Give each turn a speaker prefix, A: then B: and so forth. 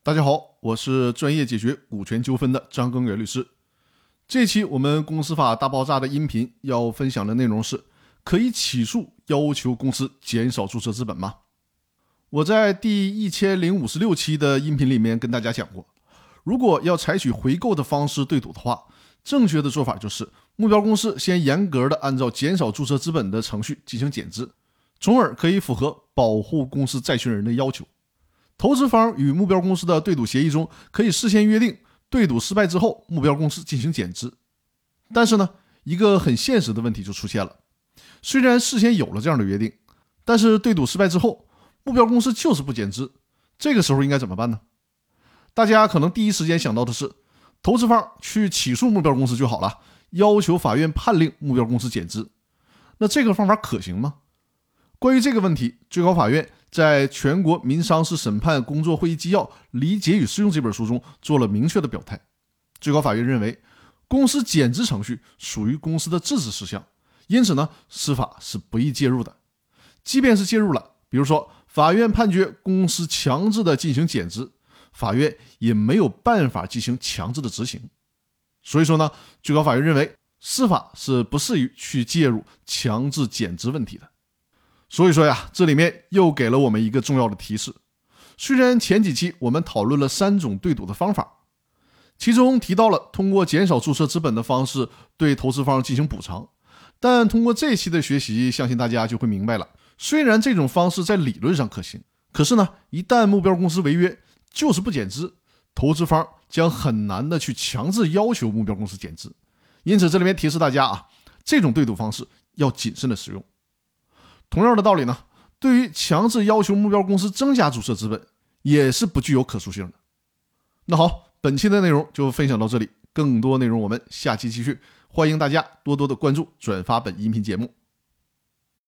A: 大家好，我是专业解决股权纠纷的张根源律师。这期我们公司法大爆炸的音频要分享的内容是：可以起诉要求公司减少注册资本吗？我在第1056期的音频里面跟大家讲过，如果要采取回购的方式对赌的话，正确的做法就是目标公司先严格的按照减少注册资本的程序进行减资，从而可以符合保护公司债权人的要求。投资方与目标公司的对赌协议中可以事先约定，对赌失败之后目标公司进行减资。但是呢，一个很现实的问题就出现了，虽然事先有了这样的约定，但是对赌失败之后目标公司就是不减资，这个时候应该怎么办呢？大家可能第一时间想到的是，投资方去起诉目标公司就好了，要求法院判令目标公司减资。那这个方法可行吗？关于这个问题，最高法院在全国民商事审判工作会议纪要理解与适用这本书中做了明确的表态。最高法院认为，公司减资程序属于公司的自治事项，因此呢，司法是不宜介入的。即便是介入了，比如说法院判决公司强制的进行减资，法院也没有办法进行强制的执行。所以说呢，最高法院认为司法是不适宜去介入强制减资问题的。所以说呀，这里面又给了我们一个重要的提示。虽然前几期我们讨论了3种对赌的方法，其中提到了通过减少注册资本的方式对投资方进行补偿，但通过这期的学习，相信大家就会明白了，虽然这种方式在理论上可行，可是呢，一旦目标公司违约，就是不减资，投资方将很难的去强制要求目标公司减资。因此这里面提示大家啊，这种对赌方式要谨慎的使用。同样的道理呢，对于强制要求目标公司增加注册资本，也是不具有可塑性的。那好，本期的内容就分享到这里，更多内容我们下期继续，欢迎大家多多的关注转发本音频节目。